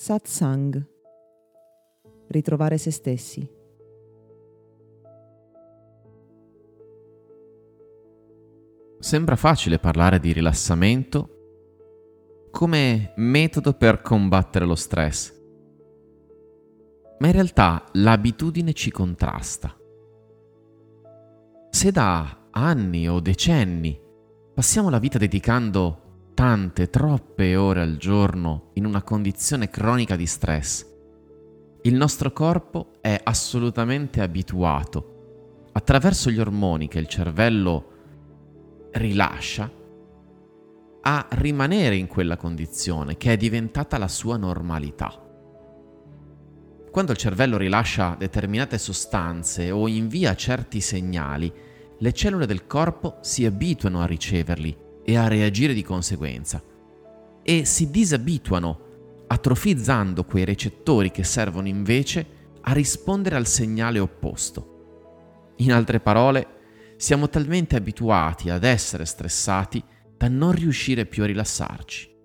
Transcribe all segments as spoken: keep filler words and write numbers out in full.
Satsang. Ritrovare se stessi. Sembra facile parlare di rilassamento come metodo per combattere lo stress, ma in realtà l'abitudine ci contrasta. Se da anni o decenni passiamo la vita dedicando tante, troppe ore al giorno in una condizione cronica di stress, il nostro corpo è assolutamente abituato, attraverso gli ormoni che il cervello rilascia, a rimanere in quella condizione che è diventata la sua normalità. Quando il cervello rilascia determinate sostanze o invia certi segnali, le cellule del corpo si abituano a riceverli e a reagire di conseguenza e si disabituano, atrofizzando quei recettori che servono invece a rispondere al segnale opposto. In altre parole, siamo talmente abituati ad essere stressati da non riuscire più a rilassarci.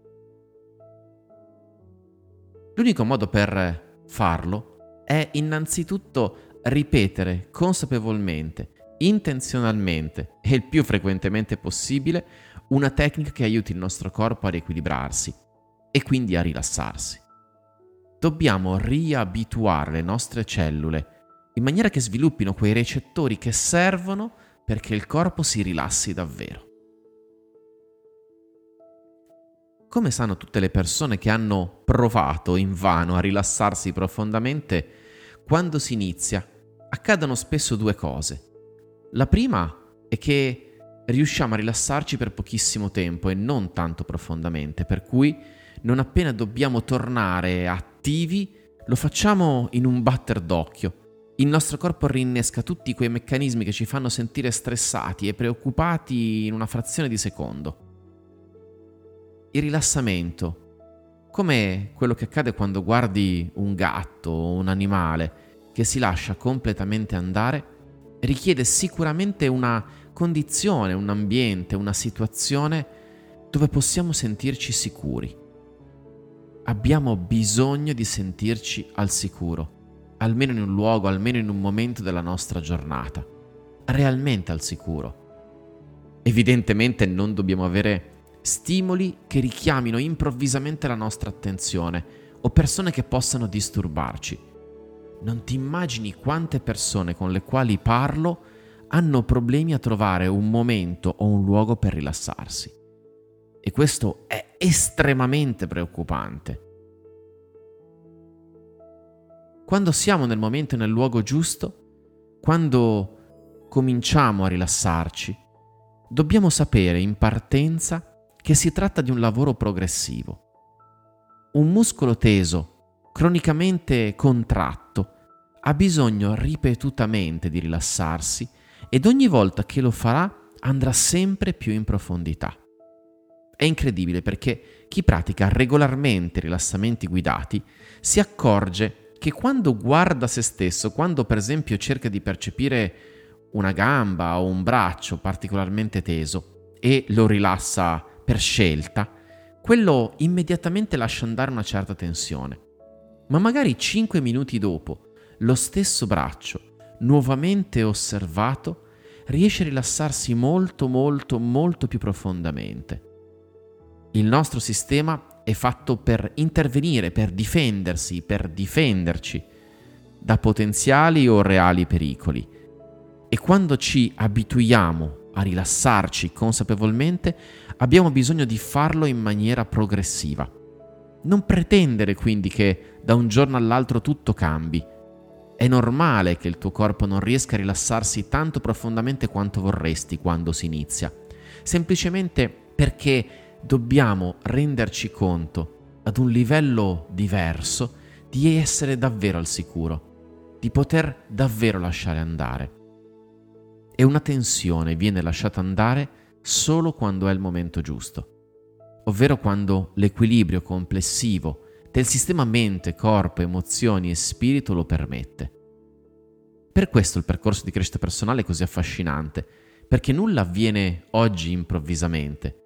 L'unico modo per farlo è innanzitutto ripetere consapevolmente, intenzionalmente e il più frequentemente possibile una tecnica che aiuti il nostro corpo a riequilibrarsi e quindi a rilassarsi. Dobbiamo riabituare le nostre cellule in maniera che sviluppino quei recettori che servono perché il corpo si rilassi davvero. Come sanno tutte le persone che hanno provato invano a rilassarsi profondamente, quando si inizia accadono spesso due cose. La prima è che riusciamo a rilassarci per pochissimo tempo e non tanto profondamente, per cui non appena dobbiamo tornare attivi lo facciamo in un batter d'occhio. Il nostro corpo rinnesca tutti quei meccanismi che ci fanno sentire stressati e preoccupati in una frazione di secondo. Il rilassamento, come quello che accade quando guardi un gatto o un animale che si lascia completamente andare, richiede sicuramente una condizione, un ambiente, una situazione dove possiamo sentirci sicuri. Abbiamo bisogno di sentirci al sicuro, almeno in un luogo, almeno in un momento della nostra giornata, realmente al sicuro. Evidentemente non dobbiamo avere stimoli che richiamino improvvisamente la nostra attenzione o persone che possano disturbarci. Non ti immagini quante persone con le quali parlo hanno problemi a trovare un momento o un luogo per rilassarsi. E questo è estremamente preoccupante. Quando siamo nel momento e nel luogo giusto, quando cominciamo a rilassarci, dobbiamo sapere in partenza che si tratta di un lavoro progressivo. Un muscolo teso, cronicamente contratto, ha bisogno ripetutamente di rilassarsi ed ogni volta che lo farà andrà sempre più in profondità. È incredibile perché chi pratica regolarmente rilassamenti guidati si accorge che quando guarda se stesso, quando per esempio cerca di percepire una gamba o un braccio particolarmente teso e lo rilassa per scelta, quello immediatamente lascia andare una certa tensione. Ma magari cinque minuti dopo, lo stesso braccio, nuovamente osservato, riesce a rilassarsi molto molto molto più profondamente. Il nostro sistema è fatto per intervenire, per difendersi, per difenderci da potenziali o reali pericoli. E quando ci abituiamo a rilassarci consapevolmente, abbiamo bisogno di farlo in maniera progressiva. Non pretendere quindi che da un giorno all'altro tutto cambi. È normale che il tuo corpo non riesca a rilassarsi tanto profondamente quanto vorresti quando si inizia, semplicemente perché dobbiamo renderci conto, ad un livello diverso, di essere davvero al sicuro, di poter davvero lasciare andare. E una tensione viene lasciata andare solo quando è il momento giusto, ovvero quando l'equilibrio complessivo del sistema mente, corpo, emozioni e spirito lo permette. Per questo il percorso di crescita personale è così affascinante, perché nulla avviene oggi improvvisamente,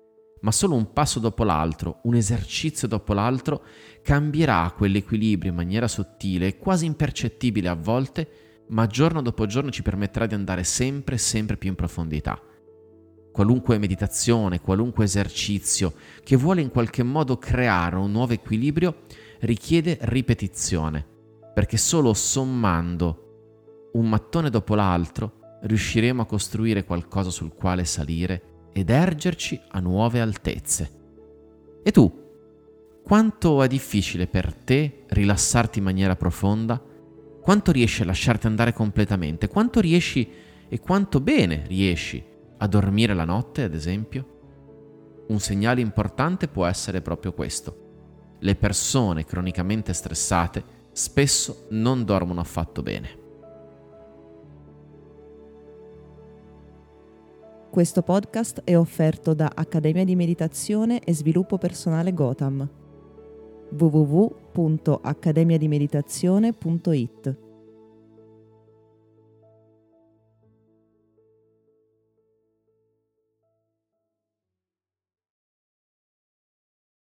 ma solo un passo dopo l'altro, un esercizio dopo l'altro, cambierà quell'equilibrio in maniera sottile e quasi impercettibile a volte, ma giorno dopo giorno ci permetterà di andare sempre, sempre più in profondità. Qualunque meditazione, qualunque esercizio che vuole in qualche modo creare un nuovo equilibrio richiede ripetizione, perché solo sommando un mattone dopo l'altro riusciremo a costruire qualcosa sul quale salire ed ergerci a nuove altezze. E tu? Quanto è difficile per te rilassarti in maniera profonda? Quanto riesci a lasciarti andare completamente? Quanto riesci e quanto bene riesci a dormire la notte, ad esempio? Un segnale importante può essere proprio questo. Le persone cronicamente stressate spesso non dormono affatto bene. Questo podcast è offerto da Accademia di Meditazione e Sviluppo Personale Gotham. w w w punto accademia di meditazione punto i t